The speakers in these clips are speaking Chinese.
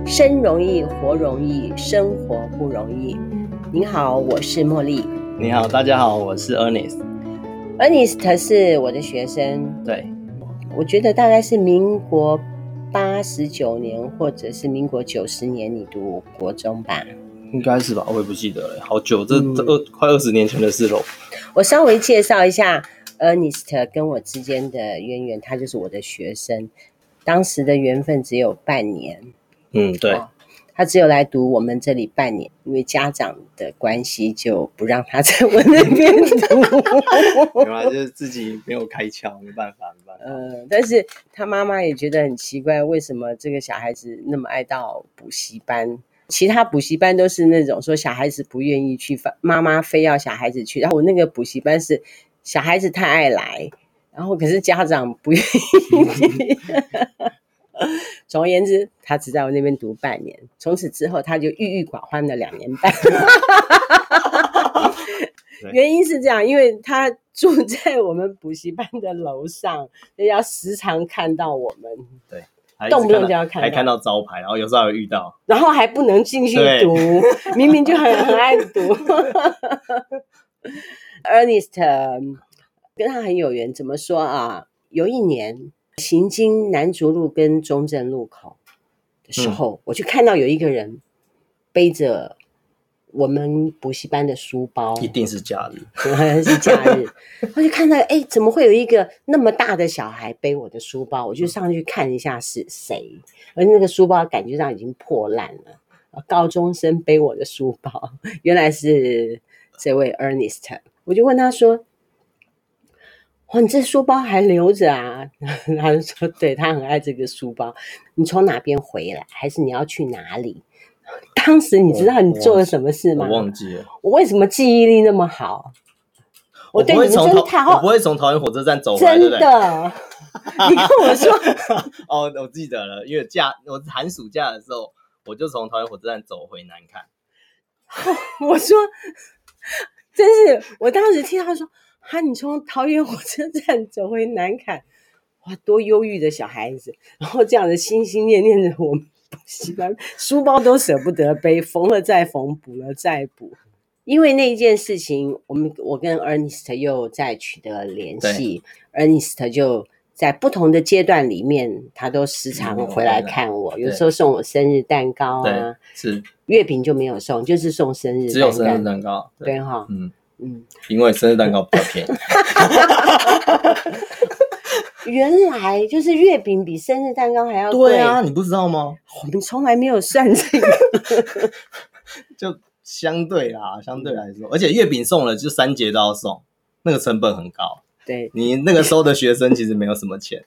生容易，活容易，生活不容易。您好，我是茉莉。 你好，大家好，我是 Ernest。Ernest 是我的学生， 对， 我觉得大概是民国89年或者是民国90年你读国中吧， 应该是吧，我也不记得了，好久，这快20年前的事咯。我稍微介绍一下 Ernest 跟我之间的渊源，他就是我的学生，当时的缘分只有半年。 对， 他只有来读我们这里半年，因为家长的关系就不让他在我那边读。 原来就是自己没有开窍，没办法。 但是他妈妈也觉得很奇怪，为什么这个小孩子那么爱到补习班？其他补习班都是那种说小孩子不愿意去，妈妈非要小孩子去，然后我那个补习班是小孩子太爱来，然后可是家长不愿意去。总而言之，他只在我那边读半年，从此之后他就郁郁寡欢的2年半。原因是这样，因为他住在我们补习班的楼上，要时常看到我们， 对， 动不动就要看到， 还看到招牌，然后有时候还会遇到， 然后还不能进去读，明明就很爱读。Ernest 跟他很有缘，怎么说啊？有一年行经南竹路跟中正路口的时候，我就看到有一个人背着我们补习班的书包， 一定是假日， 是假日。我就看到，怎么会有一个那么大的小孩背我的书包？我就上去看一下是谁，而那个书包感觉上已经破烂了。高中生背我的书包，原来是这位 Ernest。我就问他说：“哇，你这书包还留着啊？”他就说：“对，他很爱这个书包。你从哪边回来？还是你要去哪里？”当时你知道你做了什么事吗？ 我忘记了。 我为什么记忆力那么好？ 我不会从桃园火车站走回来， 真的。你跟我说哦，我记得了，因为我寒暑假的时候，我就从桃园火车站走回南崁。 我说，真是，我当时听到说，你从桃园火车站走回南崁，哇，多忧郁的小孩子，然后这样的心心念念的我们补习班，书包都舍不得背，缝了再缝，补了再补。因为那一件事情，我跟 Ernest 又再取得联系 ，Ernest 就在不同的阶段里面，他都时常回来看我，有时候送我生日蛋糕啊， 是月饼就没有送，就是送生日蛋糕， 只有生日蛋糕， 对哈， 因为生日蛋糕比较便宜。 原来就是月饼比生日蛋糕还要贵。 对啊，你不知道吗？ 我们从来没有算这个。 就相对来说，而且月饼送了就3节都要送，那个成本很高。 对， 你那个时候的学生其实没有什么钱。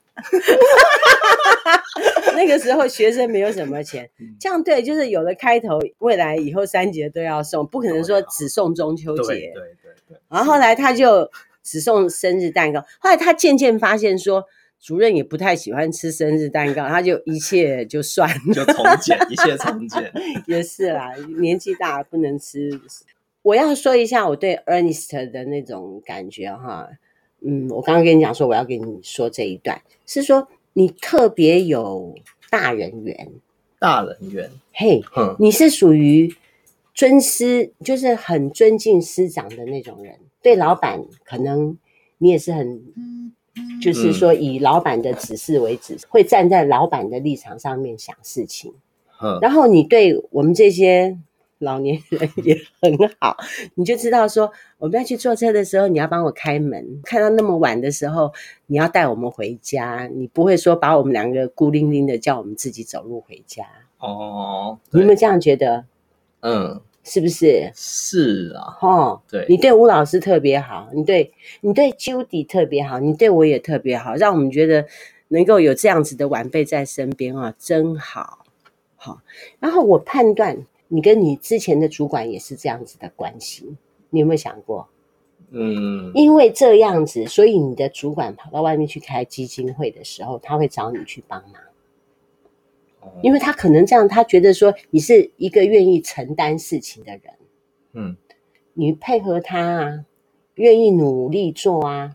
那个时候学生没有什么钱，这样对，就是有了开头，未来以后3节都要送，不可能说只送中秋节。 对。 然后后来他就只送生日蛋糕，后来他渐渐发现说，主任也不太喜欢吃生日蛋糕，他就一切就算了， 就从简，一切从简。 也是啦，年纪大了不能吃。我要说一下我对 Ernest 的那种感觉哈，我刚刚跟你讲说我要跟你说这一段，是说你特别有大人缘。嘿，你是属于尊师，就是很尊敬师长的那种人，对老板可能你也是很就是说以老板的指示为指示，会站在老板的立场上面想事情。然后你对我们这些老年人也很好，你就知道说我们要去坐车的时候你要帮我开门，看到那么晚的时候你要带我们回家，你不会说把我们2个孤零零的叫我们自己走路回家。你有没有这样觉得？是不是？ 是啊，对， 你对吴老师特别好，你对 Judy 特别好，你对我也特别好，让我们觉得能够有这样子的晚辈在身边真好。然后我判断你跟你之前的主管也是这样子的关系，你有没有想过？因为这样子，所以你的主管跑到外面去开基金会的时候，他会找你去帮忙。因为他可能这样，他觉得说你是一个愿意承担事情的人，你配合他啊，愿意努力做啊，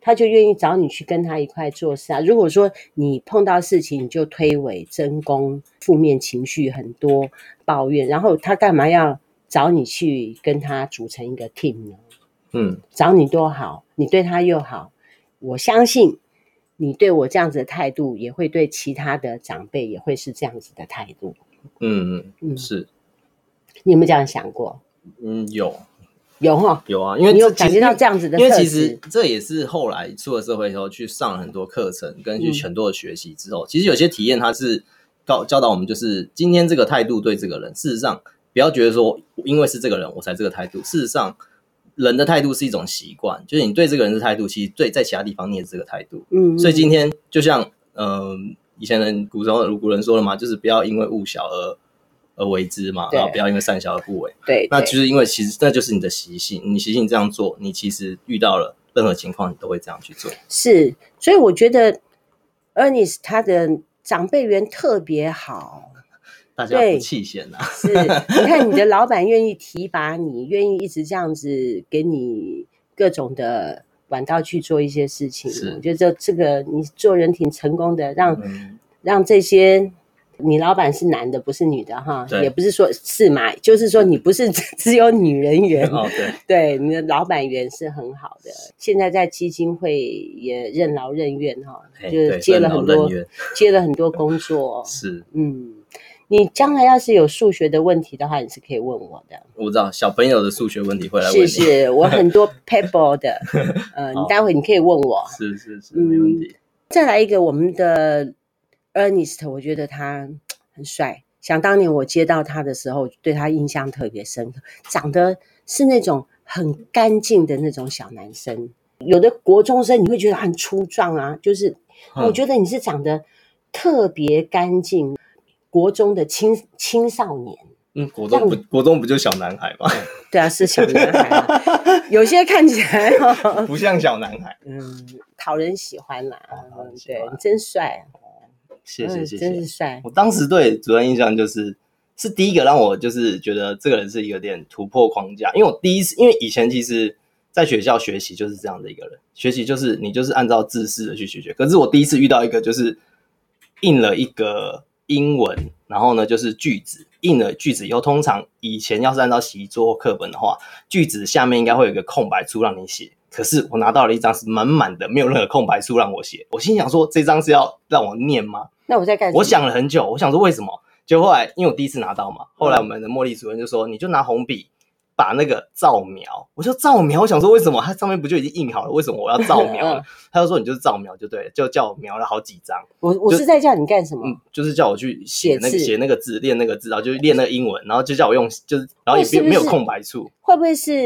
他就愿意找你去跟他一块做事啊。如果说你碰到事情你就推诿争功，负面情绪很多，抱怨，然后他干嘛要找你去跟他组成一个 team 呢？找你多好，你对他又好，我相信你对我这样子的态度，也会对其他的长辈也会是这样子的态度。 是。 你有没有这样想过？有齁， 有啊，因为你有感觉到这样子的特质。 因为其实这也是后来出了社会以后去上了很多课程，跟去很多的学习之后，其实有些体验它是教导我们，就是今天这个态度对这个人，事实上不要觉得说因为是这个人我才这个态度，事实上人的态度是一种习惯，就是你对这个人的态度，其实对在其他地方你也是这个态度。所以今天就像以前的古人说了嘛，就是不要因为物小而为之嘛，然后不要因为善小而不为。 对， 那就是因为其实那就是你的习性，你习性这样做，你其实遇到了任何情况你都会这样去做。 是，所以我觉得 Ernest 他的长辈缘特别好， 大家不弃嫌啊。 是，你看你的老板愿意提拔你，愿意一直这样子给你各种的管道去做一些事情，我觉得这个你做人挺成功的，让这些。你老板是男的不是女的哈，也不是说是嘛，就是说你不是只有女人缘。对，你的老板缘是很好的。现在在基金会也任劳任怨哈，就是接了很多工作。 是， 你将来要是有数学的问题的话，你是可以问我的。 我知道小朋友的数学问题会来问你。 是，我很多 paper 的，你待会你可以问我。 是，没问题。 再来一个我们的。Ernest 我觉得他很帅，想当年我接到他的时候对他印象特别深刻，长得是那种很干净的那种小男生，有的国中生你会觉得很粗壮啊，就是我觉得你是长得特别干净，国中的青少年。 国中不就小男孩吗？ 对啊，是小男孩有些看起来不像小男孩， 讨人喜欢啦。对，你真帅啊。 谢谢， 真是帅。 我当时对主任印象是第一个让我就是觉得这个人是有点突破框架，因为因为以前其实在学校学习就是这样的一个人，学习就是你就是按照制式的去学，可是我第一次遇到一个就是印了一个英文，然后呢就是句子，印了句子以后，通常以前要是按照习作课本的话，句子下面应该会有一个空白处让你写。可是我拿到了一张是满满的，没有任何空白处让我写。我心想说，这张是要让我念吗？ 那我在干什么？ 我想了很久，我想说为什么？就后来因为我第一次拿到嘛，后来我们的茉莉主任就说，你就拿红笔把那个照描。我说照描，我想说为什么它上面不就已经印好了？为什么我要照描了？他就说你就是照描就对了，就叫我描了好几张。 我是在叫你干什么？ 就是叫我去写那个字，练那个字，然后就练那个英文，然后就叫我用，就是然后也没有空白处。 会不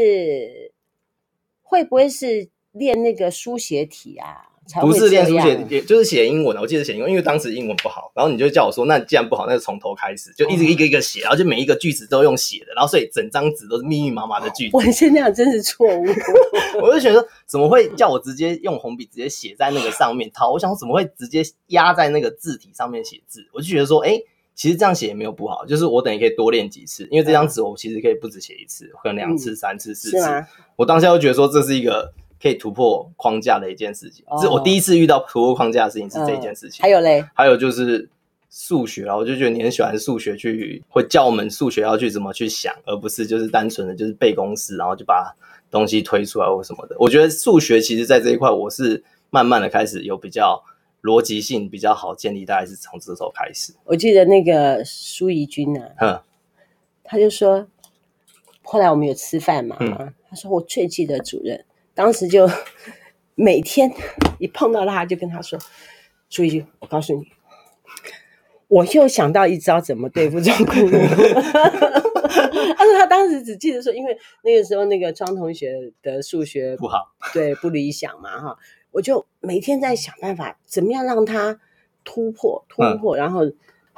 会是练那个书写体啊？ 不是练书写，也就是写英文。我记得写英文，因为当时英文不好，然后你就叫我说，那既然不好，那就从头开始，就一个一个写，然后就每一个句子都用写的，然后所以整张纸都是密密麻麻的句子。 我现在真是错误， 我就觉得怎么会叫我直接用红笔直接写在那个上面套？我想怎么会直接压在那个字体上面写字？我就觉得说，其实这样写也没有不好，就是我等于可以多练几次，因为这张纸我其实可以不止写一次，可能2次、3次、4次。我当下就觉得说这是一个可以突破框架的一件事情，是我第一次遇到突破框架的事情是这一件事情。还有就是数学啊，我就觉得你很喜欢数学，会教我们数学要去怎么去想，而不是就是单纯的就是背公式，然后就把东西推出来或什么的。我觉得数学其实在这一块我是慢慢的开始有比较逻辑性比较好建立，大概是从这时候开始。 我记得那个苏怡君啊，他就说，后来我们有吃饭嘛，他说我最记得主任。当时就每天一碰到他就跟他说，苏怡君，我告诉你，我又想到一招怎么对付庄公路。他说他当时只记得说，因为那个时候那个庄同学的数学不好， 对，不理想嘛哈，我就每天在想办法怎么样让他突破，然后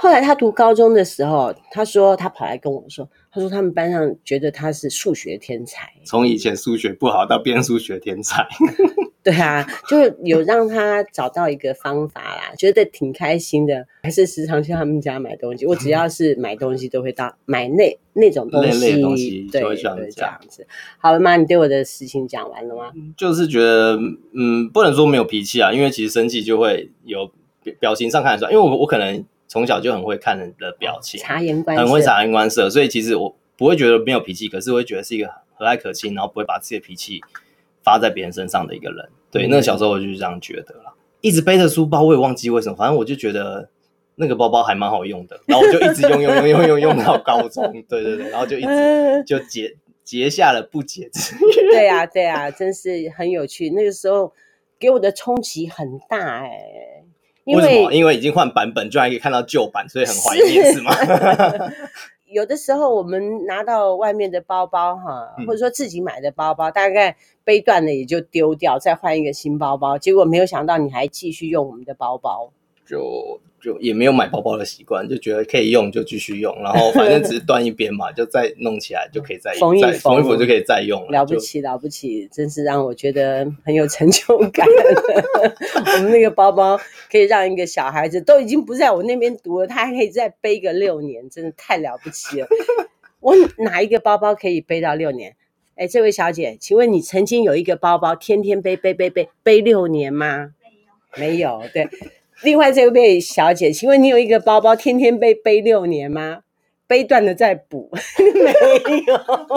后来他读高中的时候，他说他跑来跟我说，他说他们班上觉得他是数学天才， 从以前数学不好到变数学天才。 对啊，就有让他找到一个方法啦，觉得挺开心的，还是时常去他们家买东西。我只要是买东西都会到买那种东西， 类的东西就会对这样子。好了吗？你对我的事情讲完了吗？ 就是觉得不能说没有脾气啊，因为其实生气就会有表情上看得出来，因为我可能从小就很会看人的表情， 察言观色， 很会察言观色，所以其实我不会觉得没有脾气，可是我会觉得是一个和蔼可亲，然后不会把自己的脾气发在别人身上的一个人。对，那小时候我就是这样觉得啦。一直背着书包，我也忘记为什么，反正我就觉得那个包包还蛮好用的，然后我就一直用到高中，对，然后就一直就结下了不解之缘。 对啊，真是很有趣。那个时候给我的冲击很大为什么？因为已经换版本，就还可以看到旧版，所以很怀念，是吗？ 有的时候我们拿到外面的包包或者说自己买的包包，大概背断了也就丢掉，再换一个新包包。结果没有想到你还继续用我们的包包， 就也没有买包包的习惯，就觉得可以用就继续用，然后反正只是断一边嘛，就再弄起来就可以再缝一缝就可以再用了。 了不起，真是让我觉得很有成就感。我们那个包包可以让一个小孩子都已经不在我那边读了，他还可以再背个6年，真的太了不起了。我哪一个包包可以背到6年？这位小姐，请问你曾经有一个包包天天背6年吗？没有，对。另外这位小姐，请问你有一个包包天天背6年吗？背断了再补。没有。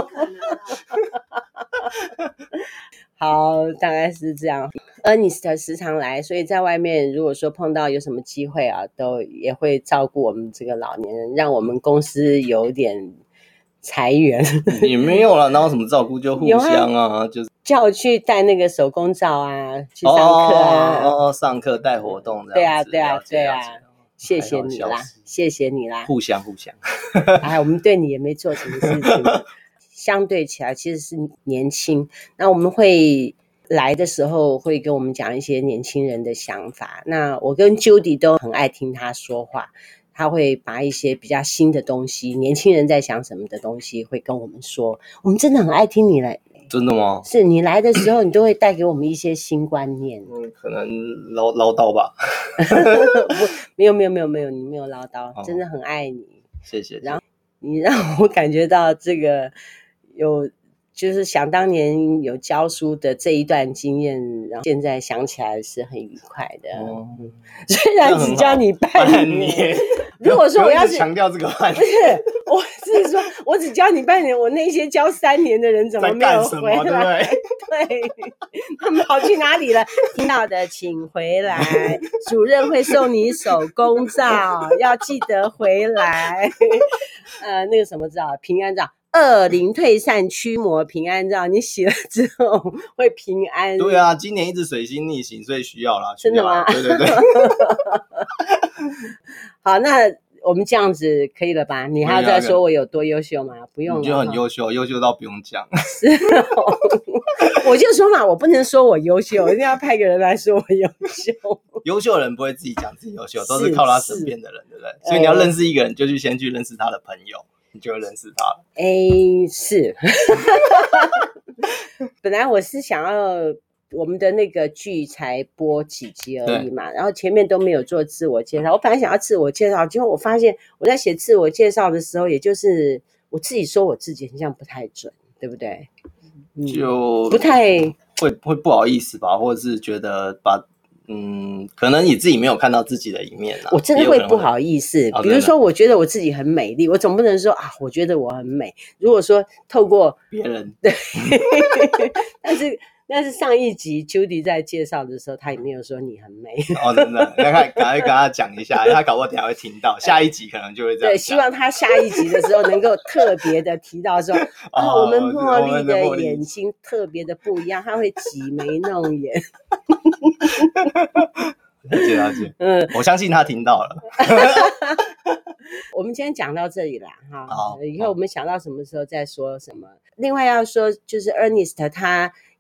好，大概是这样。Ernest 时常来，所以在外面如果说碰到有什么机会都也会照顾我们这个老年人，让我们公司有点裁员。 也没有啦，哪有什么照顾，就互相啊，就是叫我去带那个手工皂去上课啊， 上课带活动这样子。 对啊，谢谢你啦， 互相。 我们对你也没做什么事情。相对起来其实是年轻，那我们会来的时候会跟我们讲一些年轻人的想法。那我跟 Judy 都很爱听他说话，他会把一些比较新的东西，年轻人在想什么的东西会跟我们说。我们真的很爱听你来。 真的吗？ 是你来的时候，你都会带给我们一些新观念。 可能唠叨吧。 没有，你没有唠叨，真的很爱你。 谢谢。 然后你让我感觉到这个就是想当年有教书的这一段经验，然后现在想起来是很愉快的。虽然只教你半年，如果说我要是强调这个半年， 我是说我只教你半年，我那些教3年的人怎么没有回来？对，他们跑去哪里了？听到的请回来，主任会送你手工皂，要记得回来。那个什么皂，平安皂。恶灵退散驱魔平安皂，你洗了之后会平安。 对啊，今年一直水星逆行，所以需要啦。 真的吗？ 对。 好，那我们这样子可以了吧？你还要再说我有多优秀吗？不用了。 你就很优秀，优秀到不用讲。 是我就说嘛，我不能说我优秀，我一定要派个人来说我优秀。 优秀的人不会自己讲自己优秀，都是靠他身边的人，对不对？所以你要认识一个人，就先去认识他的朋友。你就会认识他了。 是。本来我是想要我们的那个剧才播几集而已嘛，然后前面都没有做自我介绍。我本来想要自我介绍，结果我发现我在写自我介绍的时候，也就是我自己说我自己，好像不太准，对不对？ 就不太会不好意思吧，或者是觉得可能你自己没有看到自己的一面我真的会不好意思。比如说我觉得我自己很美丽，我总不能说我觉得我很美。如果说透过别人， 对。但是上一集 Judy 在介绍的时候，他也没有说你很美。 真的，赶快跟他讲一下，因为他搞不好等一下会听到，下一集可能就会这样。 对，希望他下一集的时候能够特别的提到说，我们茉莉的眼睛特别的不一样，他会挤眉弄眼。 了解。我相信他听到了。 我们今天讲到这里啦，以后我们想到什么时候再说什么。另外要说，就是 Ernest 他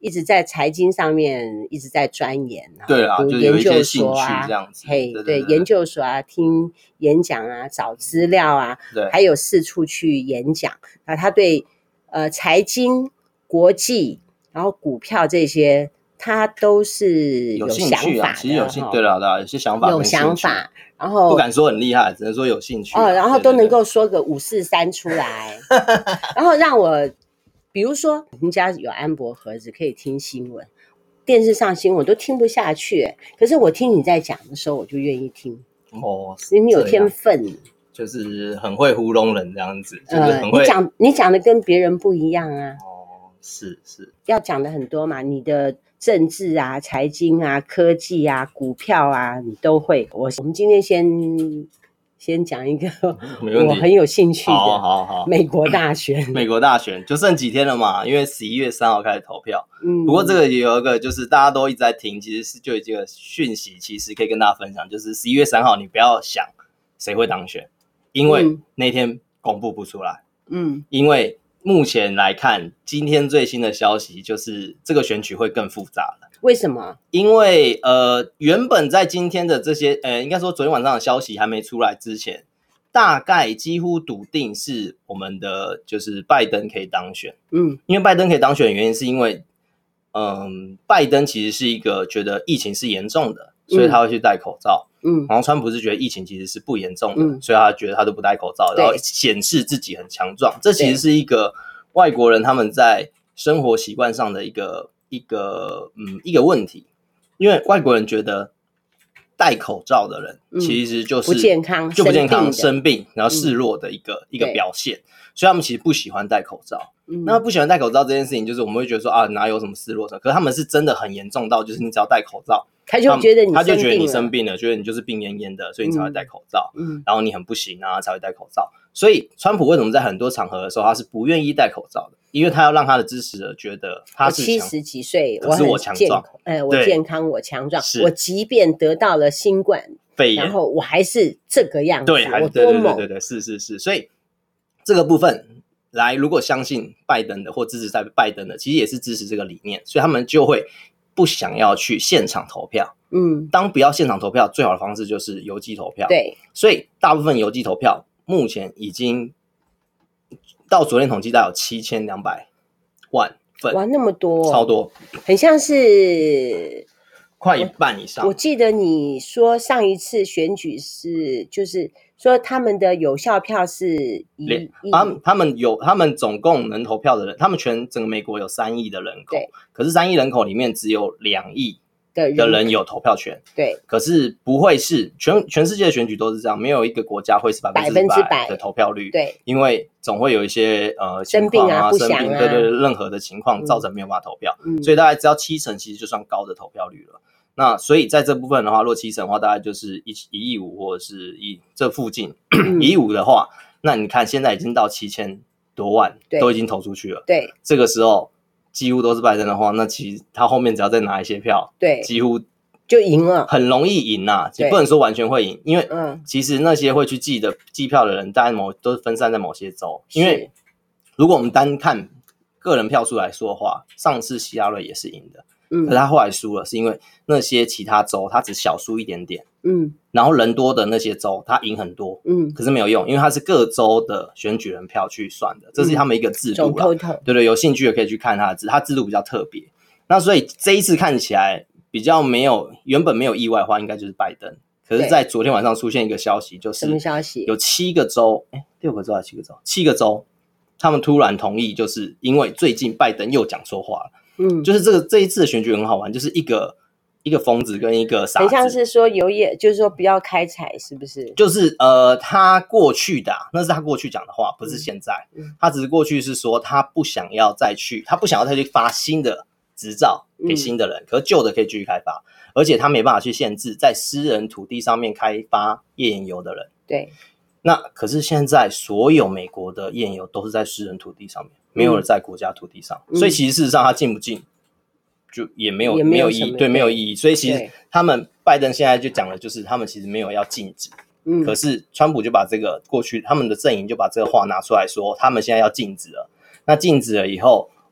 一直在财经上面一直在钻研啊， 对啦， 读就是有研究一些兴所啊， 趣这样子。 嘿， 对， 研究所啊，听演讲啊，找资料啊， 对， 还有四处去演讲啊，他对财经、国际，然后股票这些，他都是有兴想趣啊， 法其实有的兴对啦，有些想法有跟兴趣想法，然后不敢说很厉害，只能说有兴趣然后都能够说个543出来，然后让我，比如说我们家有安博盒子，可以听新闻，电视上新闻我都听不下去，可是我听你在讲的时候，我就愿意听。 哦， 因为你有天分， 就是很会糊弄人这样子，就是很会你讲的跟别人不一样啊。 哦，是要讲的很多嘛，你的政治啊、财经啊、科技啊、股票啊，你都会。我们今天先讲一个我很有兴趣的， 好， 美国大选。 美国大选就剩几天了嘛，因为11月3号开始投票。不过这个也有一个，就是大家都一直在听，其实是就有这个讯息，其实可以跟大家分享，就是11月3号你不要想谁会当选，因为那天公布不出来。因为目前来看，今天最新的消息就是这个选举会更复杂了。 为什么？ 因为原本在今天的这些应该说昨天晚上的消息还没出来之前，大概几乎笃定是我们的就是拜登可以当选。因为拜登可以当选的原因是因为拜登其实是一个觉得疫情是严重的，所以他会去戴口罩。然后川普是觉得疫情其实是不严重的，所以他觉得他都不戴口罩，然后显示自己很强壮。这其实是一个外国人他们在生活习惯上的一个问题，因为外国人觉得戴口罩的人其实就是不健康， 生病，然后示弱的一个表现，所以他们其实不喜欢戴口罩。那不喜欢戴口罩这件事情，就是我们会觉得说啊，哪有什么示弱什么，可是他们是真的很严重到，就是你只要戴口罩， 他就觉得你生病了，觉得你就是病恹恹的，所以你才会戴口罩。然后你很不行啊，才会戴口罩。所以川普为什么在很多场合的时候他是不愿意戴口罩的？因为他要让他的支持者觉得他是 70几岁， 可是我强壮， 我健康，我强壮，我即便得到了新冠肺炎，然后我还是这个样子，我多猛， 对，是，所以这个部分来，如果相信拜登的或支持在拜登的，其实也是支持这个理念，所以他们就会不想要去现场投票。当不要现场投票，最好的方式就是邮寄投票。 对， 所以大部分邮寄投票目前已经到昨天统计大概有7200万份， 哇，那么多， 超多， 很像是快一半以上。 我记得你说上一次选举是，就是说他们的有效票是他们总共能投票的人，他们整个美国有3亿的人口，可是3亿人口里面只有2亿的人有投票权。 对， 可是不会是全世界的选举都是这样，没有一个国家会是100%的投票率。 对， 因为总会有一些生病啊、不祥啊， 对，任何的情况造成没有办法投票。所以大概只要70%，其实就算高的投票率了。那所以在这部分的话，如果70%的话，大概就是1亿5，或者是这附近1亿5的话，那你看现在已经到7000多万，都已经投出去了。 对， 这个时候几乎都是拜登的话，那其实他后面只要再拿一些票， 对， 几乎就赢了， 很容易赢啊。也不能说完全会赢，因为其实那些会去寄票的人，大概都是分散在某些州。因为如果我们单看个人票数来说的话，上次希拉瑞也是赢的。可是他后来输了，是因为那些其他州他只小输一点点，然后人多的那些州他赢很多，可是没有用，因为他是各州的选举人票去算的，这是他们一个制度啦。对，有兴趣的可以去看他的制度比较特别。那所以这一次看起来比较原本没有意外的话，应该就是拜登。可是在昨天晚上出现一个消息，就是什么消息？ 有7个州，6个州还是7个州？7个州，他们突然同意，就是因为最近拜登又讲错话了。就是这一次的选举很好玩，就是一个疯子跟一个傻子， 很像是说就是说不要开采，是不是？ 就是他过去的那是他过去讲的话，不是现在。他只是过去是说他不想要再去发新的执照给新的人，可是旧的可以继续开发，而且他没办法去限制在私人土地上面开发页岩油的人。 对。 那可是现在所有美国的页岩油都是在私人土地上面，没有在国家土地上，所以其实事实上他进不进就也没有意义，对，没有意义。所以其实拜登现在就讲了，就是他们其实没有要禁止，可是川普就把这个过去他们的阵营就把这个话拿出来说，他们现在要禁止了。那禁止了以后，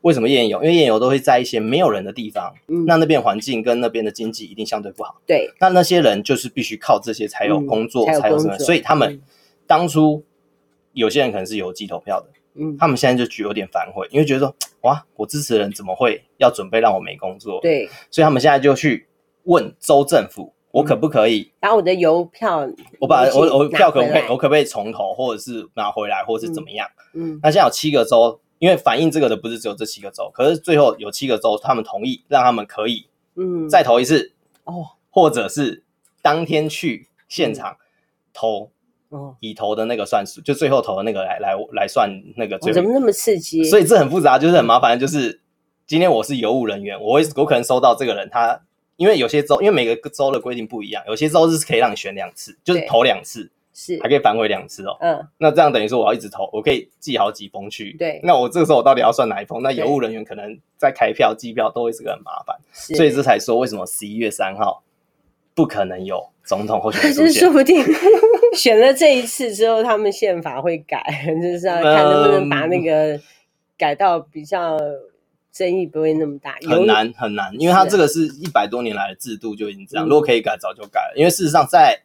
为什么验油？因为验油都会在一些没有人的地方，那边环境跟那边的经济一定相对不好。 对， 那些人就是必须靠这些才有工作，才有什么，所以他们当初有些人可能是邮寄投票的，他们现在就有点反悔，因为觉得说，哇，我支持的人怎么会要准备让我没工作？ 对， 所以他们现在就去问州政府，我可不可以把我的邮票， 我把我票可不可以重投，或者是拿回来，或者是怎么样？那现在有7个州。因为反映这个的不是只有这7个州，可是最后有7个州他们同意让他们可以再投一次，或者是当天去现场投，以投的那个算数，就最后投的那个来算那个最后。 怎么那么刺激？ 所以这很复杂，就是很麻烦。就是今天我是邮务人员，我可能收到这个人，他因为有些州因为每个州的规定不一样，有些州是可以让你选2次，就是投2次。是还可以反悔2次哦。那这样等于说我要一直投，我可以寄好几封去。对，那我这个时候我到底要算哪一封？那邮务人员可能在开票、计票都会是个很麻烦，所以这才说为什么11月3号不可能有总统候选人出现。 说不定选了这一次之后，他们宪法会改，就是要看能不能把那个改到比较争议不会那么大。 很难，因为它这个是100多年来的制度就已经这样，如果可以改早就改了。因为事实上在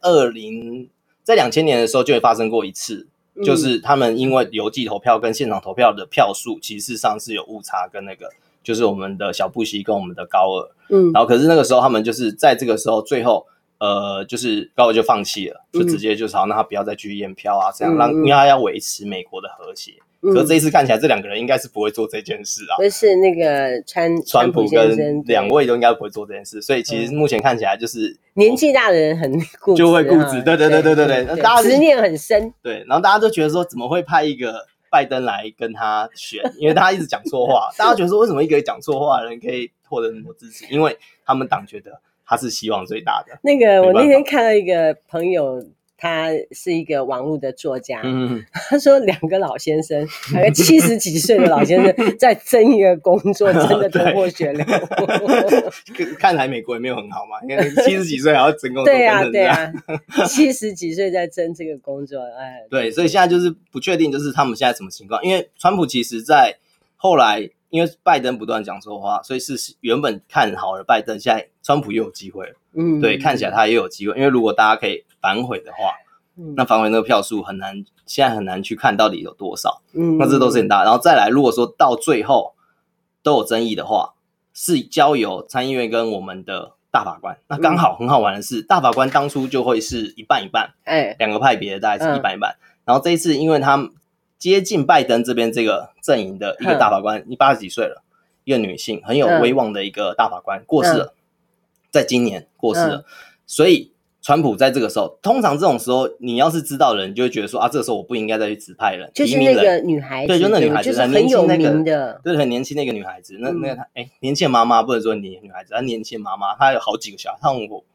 2000年的时候就会发生过一次，就是他们因为邮寄投票跟现场投票的票数其实上是有误差，跟那个就是我们的小布希跟我们的高尔，然后可是那个时候他们就是在这个时候最后就是高尔就放弃了，就直接就是好，那他不要再继续验票啊，这样因为他要维持美国的和谐。可是这一次看起来这2个人应该是不会做这件事啊， 不是那个川普跟2位都应该不会做这件事，所以其实目前看起来就是年纪大的人很固执， 就会固执，对，大家执念很深， 对，然后大家都觉得说怎么会派一个拜登来跟他选，因为他一直讲错话，大家觉得说为什么一个讲错话的人可以获得那么多支持，因为他们党觉得他是希望最大的。 那个我那天看到一个朋友，他是一个网络的作家，他说2个老先生，大概70几岁的老先生在争一个工作，真的头破血流。 看来美国也没有很好嘛，因为70几岁还要争工作， 对啊，70几岁在争这个工作，哎， 对，所以现在就是不确定，就是他们现在什么情况，因为川普其实在后来。因为拜登不断讲错话，所以是原本看好了拜登，现在川普又有机会了。对，看起来他也有机会，因为如果大家可以反悔的话，那反悔那个票数现在很难去看到底有多少。那这都是很大。然后再来，如果说到最后都有争议的话，是交由参议院跟我们的大法官。那刚好很好玩的是，大法官当初就会是一半一半，2个派别的大概是一半一半。然后这一次，因为他接近拜登这边这个阵营的一个大法官，80几岁了，一个女性，很有威望的一个大法官过世了，在今年过世了，所以川普在这个时候，通常这种时候，你要是知道的人，就会觉得说啊，这个时候我不应该再去指派人， 就是那个女孩子， 对，就那女孩子， 就是很有名的， 对，很年轻的一个女孩子，那年轻的妈妈不能说女孩子，她年轻的妈妈，她有好几个小孩，她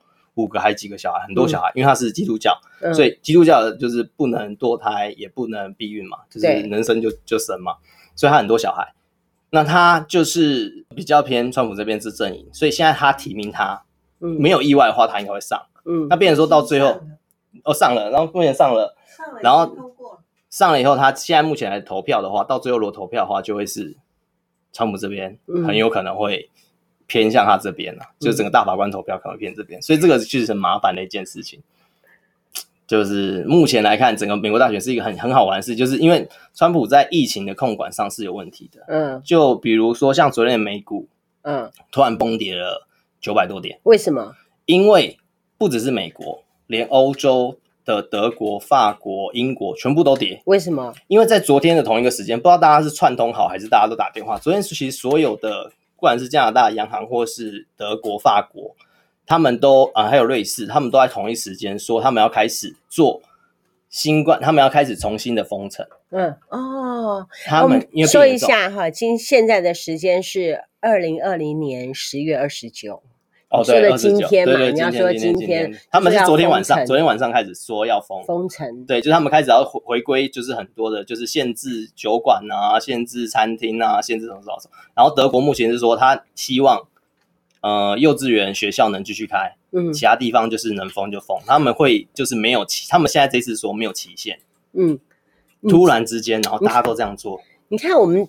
5个还几个小孩，很多小孩，因为他是基督教，所以基督教就是不能堕胎，也不能避孕嘛，就是能生就生嘛，所以他很多小孩。那他就是比较偏川普这边是阵营，所以现在他提名他，没有意外的话，他应该会上。那变成说到最后，上了，然后目前上了，然后上了以后，他现在目前来投票的话，到最后如果投票的话，就会是川普这边很有可能会偏向他这边了，就是整个大法官投票可能偏这边，所以这个就是很麻烦的一件事情。就是目前来看，整个美国大选是一个很好玩的事，就是因为川普在疫情的控管上是有问题的。就比如说像昨天的美股，突然崩跌了900多点。 为什么？ 因为不只是美国，连欧洲的德国、法国、英国全部都跌。 为什么？ 因为在昨天的同一个时间，不知道大家是串通好还是大家都打电话。昨天其实所有的不管是加拿大央行或是德国、法国，他们都还有瑞士，他们都在同一时间说他们要开始做新冠，他们要开始重新的封城。 他们说一下哈，现在的时间是2020年10月29。说的今天嘛，你要说今天， 他们是昨天晚上开始说要封城， 对，就是他们开始要回归，就是很多的，就是限制酒馆啊，限制餐厅啊，限制什么。然后德国目前是说他希望幼稚园学校能继续开，其他地方就是能封就封，他们会就是没有他们现在这次说没有期限，突然之间，然后大家都这样做。 你看我们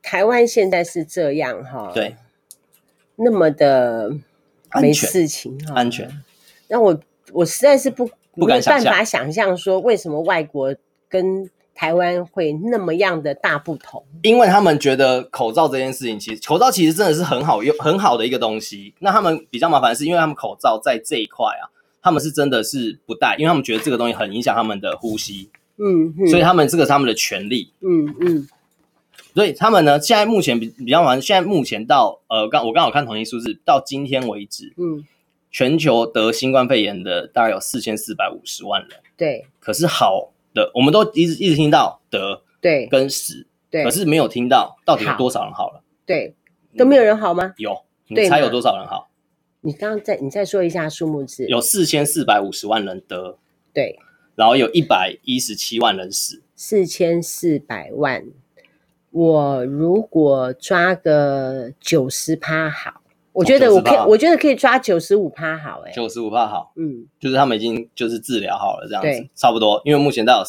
台湾现在是这样哈， 对， 那么的没事情哈， 安全。 那我实在是不敢没办法想象说为什么外国跟台湾会那么样的大不同， 因为他们觉得口罩这件事情，口罩其实真的是很好用、很好的一个东西。那他们比较麻烦的是，因为他们口罩在这一块啊，他们是真的是不戴，因为他们觉得这个东西很影响他们的呼吸，所以他们这个是他们的权利，所以他们呢，现在目前比较麻烦，现在目前到我刚好看统计数字，到今天为止，全球得新冠肺炎的大概有4450万人， 对， 可是好的，我们都一直听到得对跟死， 对， 可是没有听到到底有多少人好了， 对，都没有人好吗？ 有，你猜有多少人好？ 你刚刚你再说一下数目字， 有4450万人得， 对， 然后有117万人死 ，4400万。我如果抓个90%好，我觉得我觉得可以抓95%好 ，95%好，就是他们已经就是治疗好了这样子，差不多，因为目前大概有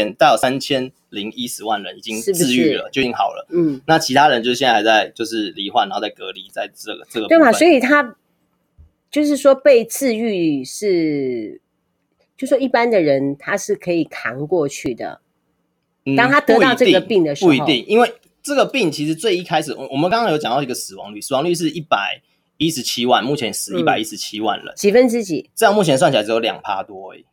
3010万人已经治愈了，就已经好了，那其他人就是现在还在就是罹患，然后在隔离，在这个对嘛，所以他就是说被治愈是，就说一般的人他是可以扛过去的。当他得到这个病的时候， 不一定，因为这个病其实最一开始，我们刚刚有讲到一个死亡率是117万，目前死117万人， 几分之几？ 这样目前算起来只有2%多而已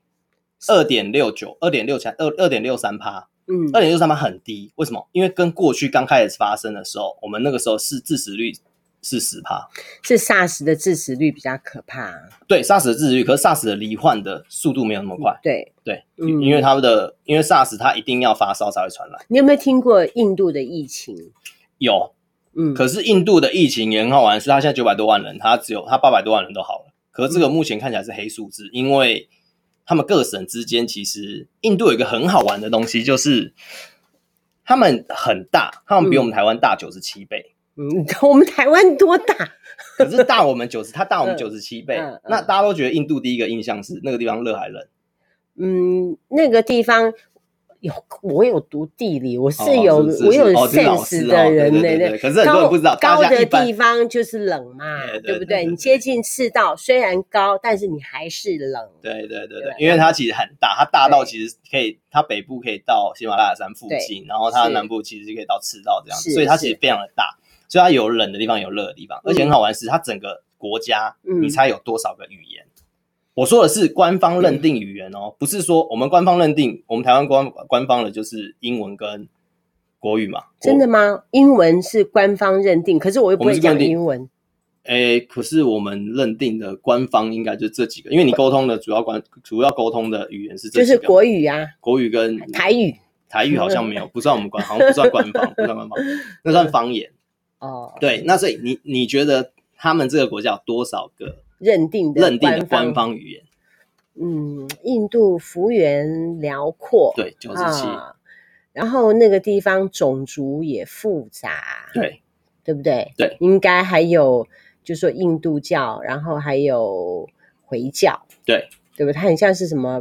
，2.69%、2.63%，2.63%很低，为什么？因为跟过去刚开始发生的时候，我们那个时候是致死率是10%， 是 SARS 的致死率比较可怕。 对 ，SARS 的致死率，可是 SARS 的罹患的速度没有那么快。 对， 因为因为 SARS 它一定要发烧才会传染。 你有没有听过印度的疫情？ 有，可是印度的疫情也很好玩，是它现在900多万人，它800多万人都好了。可是这个目前看起来是黑数字，因为他们各省之间其实印度有一个很好玩的东西，就是他们很大，他们比我们台湾大97倍。 我们台湾多大？ 可是大我们他大我们97倍。那大家都觉得印度第一个印象是那个地方热还冷？ 那个地方我有读地理，我有 sense 的人呢。 对，可是很多人不知道， 高的地方就是冷嘛，对不对？你接近赤道，虽然高，但是你还是冷。 对，因为它其实很大，它大到其实可以，它北部可以到喜马拉雅山附近，然后它南部其实可以到赤道这样子，所以它其实非常的大。所以它有冷的地方，有热的地方，而且很好玩是，它整个国家，你猜有多少个语言？我说的是官方认定语言哦，不是说我们官方认定，我们台湾官方的就是英文跟国语嘛。 真的吗？英文是官方认定，可是我又不会讲英文。 可是我们认定的官方应该就这几个，因为你沟通的主要沟通的语言是这几个， 就是国语啊， 国语跟台语。 台语好像没有，不算我们好像不算官方，那算方言。对，那所以你觉得他们这个国家有多少个认定的官方语言？ 印度幅员辽阔， 对，97。 然后那个地方种族也复杂，对不对？ 对， 应该还有就是说印度教，然后还有回教，对不对？它很像是什么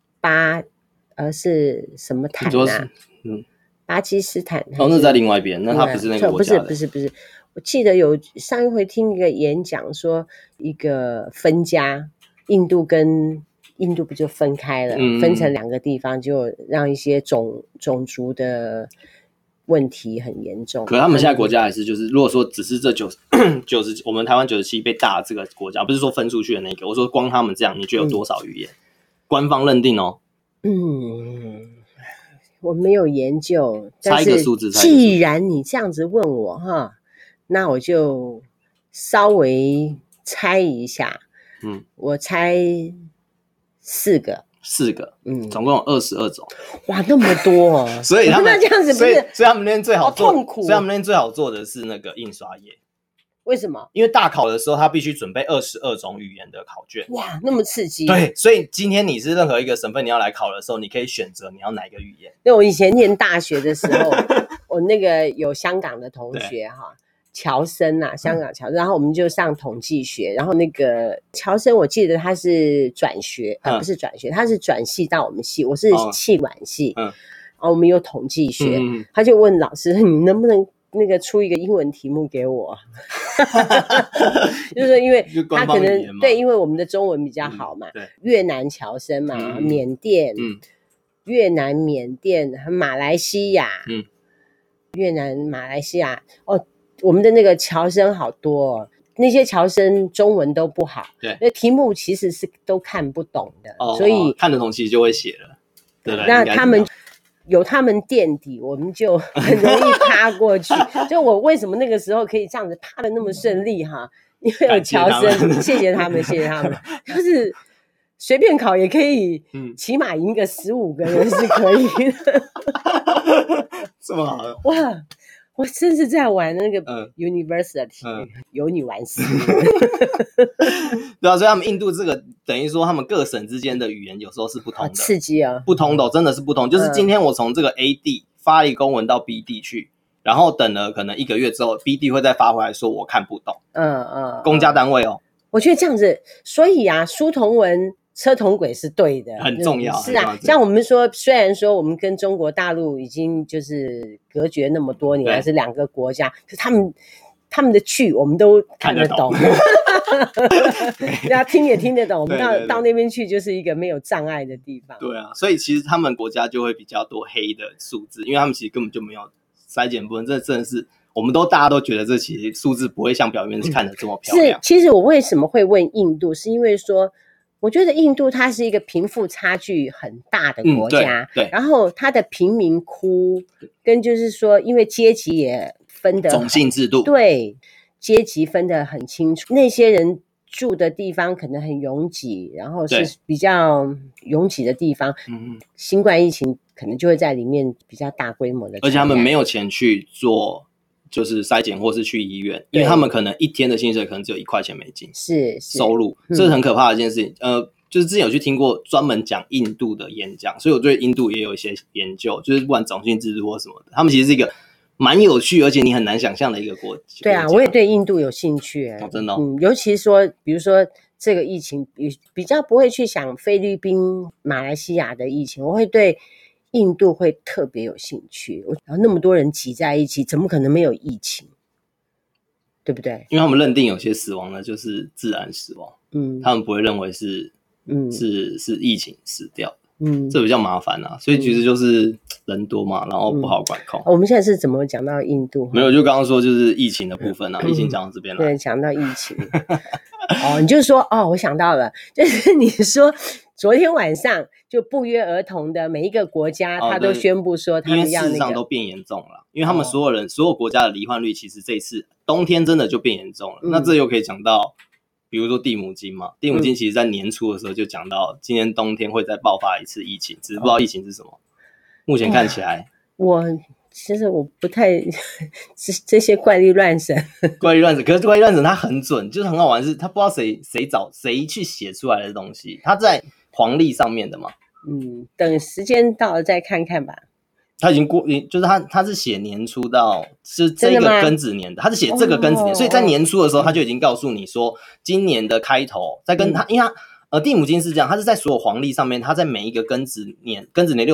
是什么坦啊？巴基斯坦那在另外一边，那它不是那个国家的。 不是，我记得有上一回听一个演讲说，一个分家，印度不就分开了，分成2个地方，就让一些种族的问题很严重。 可他们现在国家还是就是，如果说只是这90，我们台湾97被大这个国家，不是说分出去的那个，我说光他们这样，你觉得有多少语言？官方认定哦。 我没有研究， 猜一个数字。 既然你这样子问我哈，那我就稍微猜一下。我猜4个。 总共有22种。 哇，那么多哦！ 所以他们这样子不是， 所以他们那边最好做， 痛苦。 所以他们那边最好做的是那个印刷业。 为什么？ 因为大考的时候，他必须准备22种语言的考卷。 哇，那么刺激！ 对，所以今天你是任何一个省份，你要来考的时候，你可以选择你要哪一个语言。 那我以前念大学的时候，我那个有香港的同学哈，侨生啊，香港侨生，然后我们就上统计学，然后那个侨生，我记得他是转学，不是转学，他是转系到我们系，我是气管系，然后我们有统计学，他就问老师，你能不能那个出一个英文题目给我，就是说因为他可能对，因为我们的中文比较好嘛， 对， 越南侨生嘛，缅甸，越南、缅甸和马来西亚，越南、马来西亚，哦，我们的那个侨生好多哦。那些侨生中文都不好， 对， 那题目其实是都看不懂的，所以看得懂其实就会写了，对不对？ 那他们有他们垫底，我们就很容易趴过去。就我为什么那个时候可以这样子趴的那么顺利哈？因为有侨生，谢谢他们，谢谢他们，就是随便考也可以，起码赢个15个人是可以的。 这么好， 哇！我甚至在玩那个 University，有你玩死。 对啊，所以他们印度这个等于说他们各省之间的语言有时候是不通的， 刺激啊， 不通的，真的是不通。就是今天我从这个 A 地发一个公文到 B 地去，然后等了可能1个月之后 ，B 地会再发回来说我看不懂。公家单位哦。 我觉得这样子，所以啊，书同文。车同轨是对的， 很重要。 是啊，像我们说，虽然说我们跟中国大陆已经就是隔绝那么多年，还是2个国家，可是他们的剧我们都看得懂，大家听也听得懂。我们到那边去就是一个没有障碍的地方。 对啊，所以其实他们国家就会比较多黑的数字，因为他们其实根本就没有筛检部分，这真的是。大家都觉得这其实数字不会像表面看得这么漂亮。 是，其实我为什么会问印度，是因为说。我觉得印度它是一个贫富差距很大的国家， 对， 然后它的贫民窟跟就是说，因为阶级也分得种姓制度， 对，阶级分得很清楚，那些人住的地方可能很拥挤，然后是比较拥挤的地方，新冠疫情可能就会在里面比较大规模的， 而且他们没有钱去做。就是筛检或是去医院，因为他们可能一天的薪水可能只有1块钱美金， 是收入，这是很可怕的一件事情。就是之前有去听过专门讲印度的演讲，所以我对印度也有一些研究，就是不管种姓制度或什么的，他们其实是一个蛮有趣，而且你很难想象的一个国家。 对啊，我也对印度有兴趣真的尤其说，比如说这个疫情，比较不会去想菲律宾、马来西亚的疫情，我会对。印度会特别有兴趣，然后那么多人挤在一起，怎么可能没有疫情？对不对？ 因为他们认定有些死亡呢就是自然死亡，他们不会认为是疫情死掉的，这比较麻烦啊。所以其实就是人多嘛，然后不好管控。 我们现在是怎么讲到印度？ 没有，就刚刚说就是疫情的部分啊，疫情讲到这边来， 对，讲到疫情。你就说我想到了，就是你说昨天晚上就不约而同的每一个国家，他都宣布说他们要因为事实上都变严重了，因为他们所有国家的罹患率其实这一次冬天真的就变严重了。那这又可以讲到，比如说地母金嘛，地母金其实在年初的时候就讲到今年冬天会再爆发一次疫情，只是不知道疫情是什么。目前看起来， 其实我不太这些怪力乱神， 可是怪力乱神它很准，就是很好玩，是他不知道谁去写出来的东西，他在黄历上面的嘛。 等时间到了再看看吧。 他已经过，就是他是写年初到是这个庚子年的，他是写这个庚子年，所以在年初的时候他就已经告诉你说，今年的开头在跟他，因为他地母金是这样，他是在所有黄历上面，他在每一个庚子年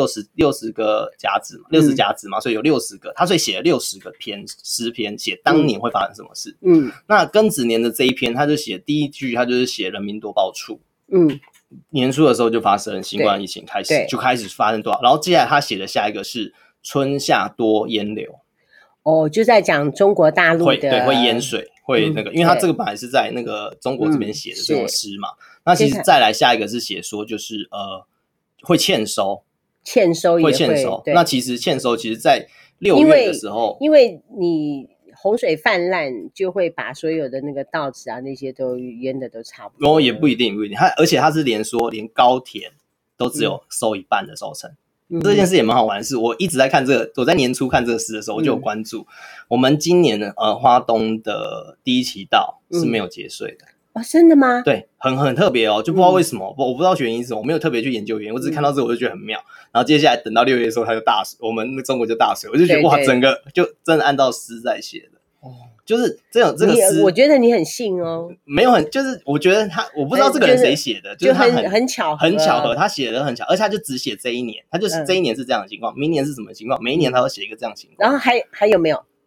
60个甲子嘛，60甲子嘛，所以有60个，他所以写了60个诗篇，写当年会发生什么事。那庚子年的这一篇，他就写第一句，他就是写人民多报处。年初的时候就发生新冠疫情，开始发生多少，然后接下来他写的下一个是春夏多淹流。 就在讲中国大陆的会淹水，会那个，因为他这个本来是在那个中国这边写的这种诗嘛。那其实再来下一个是写说就是会欠收也会欠收。那其实欠收其实在6月的时候， 因为你洪水泛滥就会把所有的那个稻子啊那些都淹的都差不多。 也不一定，而且他是连高田都只有收一半的收成。这件事也蛮好玩的是，我一直在看这个，我在年初看这个诗的时候，我就有关注。我们今年花东的第一期稻是没有节税的。 真的吗？ 对，很特别就不知道为什么，我不知道原因是什么，我没有特别去研究原因，我只看到这个我就觉得很妙。然后接下来等到6月的时候，它就大水，我们中国就大水，我就觉得哇，整个就真的按照诗在写的。就是这个诗， 我觉得你很信没有就是我觉得我不知道这个人谁写的，就是他很巧合，他写的很巧，而且他就只写这一年，他就是这一年是这样的情况，明年是什么情况，每一年他都写一个这样的情况。 然后还有没有？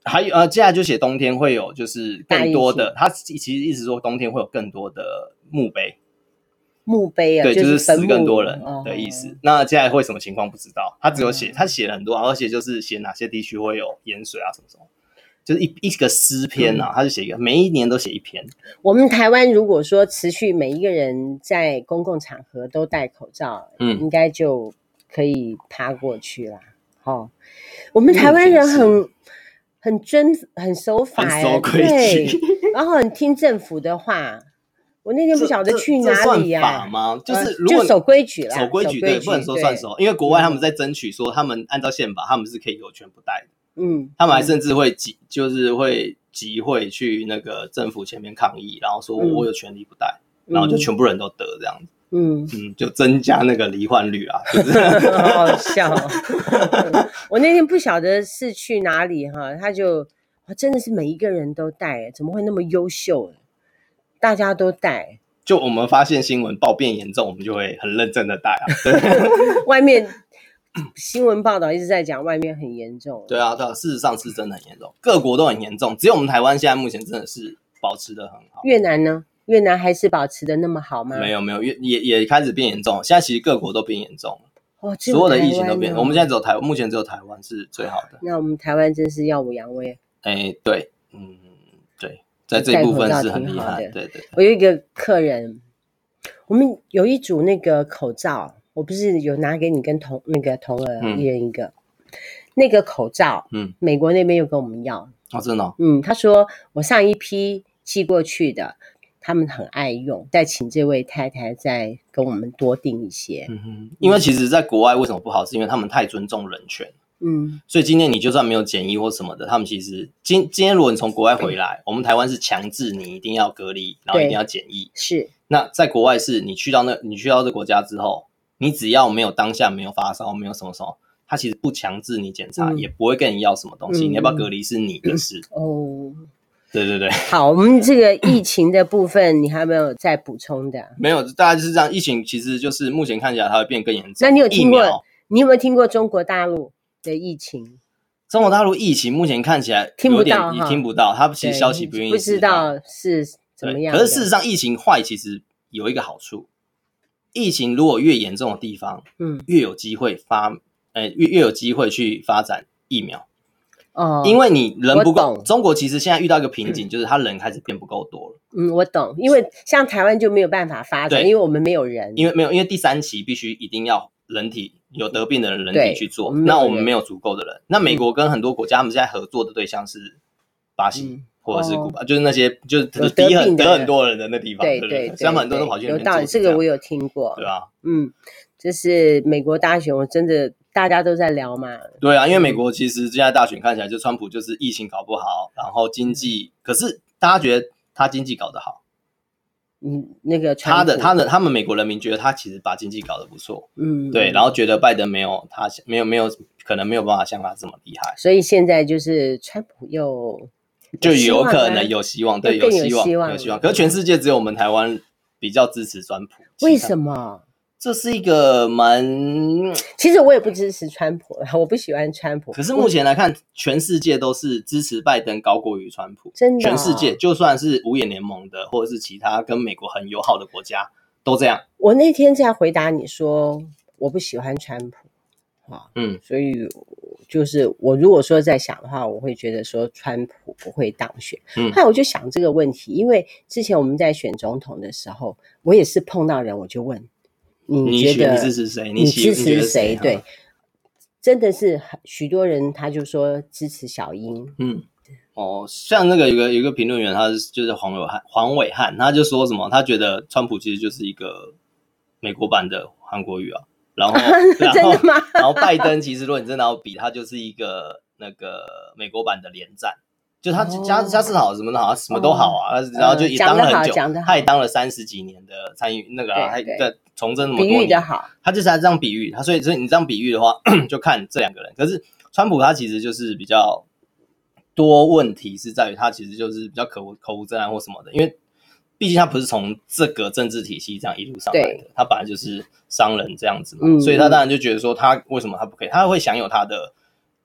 还有接下来就写冬天会有就是更多的，他其实一直说冬天会有更多的墓碑。 墓碑啊， 对，就是死更多人哦的意思。那接下来会什么情况不知道，他只有写，他写了很多，而且就是写哪些地区会有淹水啊什么什么，就是一个诗篇啊，他就写一个，每一年都写一篇。 我们台湾如果说持续每一个人在公共场合都戴口罩，应该就可以爬过去啦。哦，我们台湾人很守法， 很守规矩， 然后很听政府的话。我那天不晓得去哪里呀？ 这算法吗？就是如果就守规矩啦， 守规矩对，不能说算守，因为国外他们在争取说，他们按照宪法，他们是可以有权不戴的。他们还甚至会集会去那个政府前面抗议，然后说我有权利不戴，然后就全部人都得这样子。就增加那个罹患率啊，就是好好笑。我那天不晓得是去哪里哈，他就真的是每一个人都戴，怎么会那么优秀？大家都戴， 就我们发现新闻报变严重，我们就会很认真的戴啊。 外面新闻报道一直在讲外面很严重。 对啊，事实上是真的很严重，各国都很严重，只有我们台湾现在目前真的是保持的很好。 越南呢？越南还是保持的那么好吗？ 没有，也开始变严重。现在其实各国都变严重了，所有的疫情都变。我们现在目前只有台湾是最好的。 那我们台湾真是耀武扬威。 对，对。在这一部分是很厉害，对。 我有一个客人，我们有一组那个口罩，我不是有拿给你跟那个同儿一人一个，那个口罩，美国那边又跟我们要， 真的哦， 他说我上一批寄过去的，他们很爱用，再请这位太太再跟我们多订一些， 因为其实在国外为什么不好，是因为他们太尊重人权。所以今天你就算没有检疫或什么的，他们其实今天如果你从国外回来，我们台湾是强制你一定要隔离，然后一定要检疫。 是。 那在国外是你去到这国家之后，你只要没有当下没有发烧，没有什么，他其实不强制你检查，也不会跟你要什么东西，你要不要隔离是你的事。对。 好，我们这个疫情的部分，你还有没有再补充的？ 没有，大概就是这样。疫情其实就是目前看起来它会变更严重。 那你有没有听过中国大陆的疫情？ 中国大陆疫情目前看起来有点也听不到，他其实消息不愿意， 不知道是怎么样。 可是事实上，疫情坏其实有一个好处，疫情如果越严重的地方，越有机会越有机会去发展疫苗。因为你人不够，中国其实现在遇到一个瓶颈，就是他人开始变不够多了。 我懂，因为像台湾就没有办法发展，因为我们没有人， 因为第3期必须一定要人体有得病的人体去做，那我们没有足够的人。那美国跟很多国家，他们现在合作的对象是巴西或者是古巴，就是那些就是得很多人的那地方，对，所以他们很多人都跑去那边做。 有道理，这个我有听过， 对啊， 这是美国大选，我真的大家都在聊嘛。 对啊，因为美国其实现在大选看起来，就川普就是疫情搞不好，然后经济，可是大家觉得他经济搞得好。 那个他们美国人民觉得他其实把经济搞得不错，对，然后觉得拜登没有可能没有办法像他这么厉害， 所以现在就是川普就有可能有希望，对，有希望。可是全世界只有我们台湾比较支持川普， 为什么？ 这是一个其实我也不支持川普，我不喜欢川普。 可是目前来看，全世界都是支持拜登高过于川普， 真的， 全世界就算是五眼联盟的，或者是其他跟美国很友好的国家，都这样。 我那天在回答你说我不喜欢川普，所以就是我如果说在想的话，我会觉得说川普不会当选。后来我就想这个问题，因为之前我们在选总统的时候，我也是碰到人，我就问。你觉得你支持谁？ 你支持谁？对，真的是许多人他就说支持小英。 像那个有一个评论员，他就是黄伟汉，他就说什么，他觉得川普其实就是一个美国版的韩国瑜啊。然后真的吗？ 然后拜登其实如果你真的要比，他就是一个那个美国版的连战。就他家世好，什么都好，什么都好啊，然后就也当了很久，他也当了30几年的参与那个他在从政那么多年， 比喻的好， 他就是这样比喻，所以你这样比喻的话，就看这两个人。可是川普他其实就是比较多问题，是在于他其实就是比较口无遮拦或什么的，因为毕竟他不是从这个政治体系这样一路上来的，他本来就是商人这样子嘛，所以他当然就觉得说他为什么他不可以，他会享有他的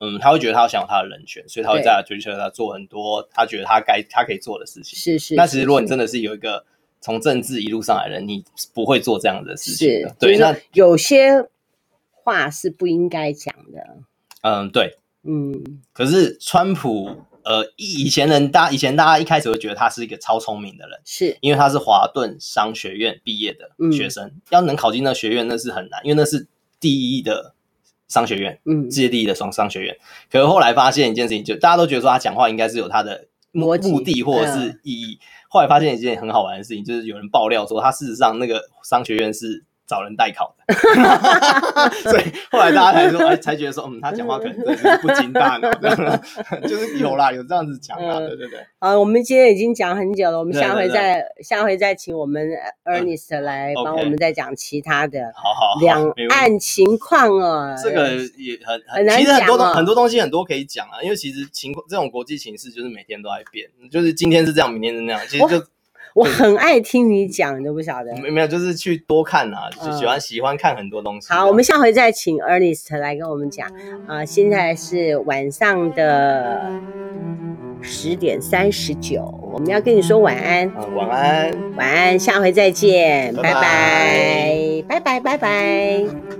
他会觉得他想有他的人权，所以他会在 Twitter 上做很多他觉得他可以做的事情。 是。 那其实如果你真的是有一个从政治一路上来的人，你不会做这样的事情的。对，那有些话是不应该讲的。 对，可是川普，以前大家一开始会觉得他是一个超聪明的人， 是因为他是华顿商学院毕业的学生，要能考进那学院那是很难，因为那是第一的商学院，世界第一的商学院。可是后来发现一件事情，就大家都觉得说他讲话应该是有他的目的或者是意义。后来发现一件很好玩的事情，就是有人爆料说他事实上那个商学院是找人代考的，所以后来大家才觉得说，他讲话可能真的是不经大脑的，就是有这样子讲啦，对。 我们今天已经讲很久了，我们下回再请我们 Ernest 来帮我们再讲其他的两岸情况哦。 这个也很难讲，其实很多东西很多可以讲啊，因为其实这种国际情势就是每天都在变，就是今天是这样，明天是那样，其实就。 我很爱听你讲，你都不晓得。 没有，就是去多看啊，就喜欢看很多东西。 好，我们下回再请 Ernest 来跟我们讲现在是晚上的10点39，我们要跟你说晚安。 晚安， 晚安，下回再见，拜拜，拜拜，拜拜。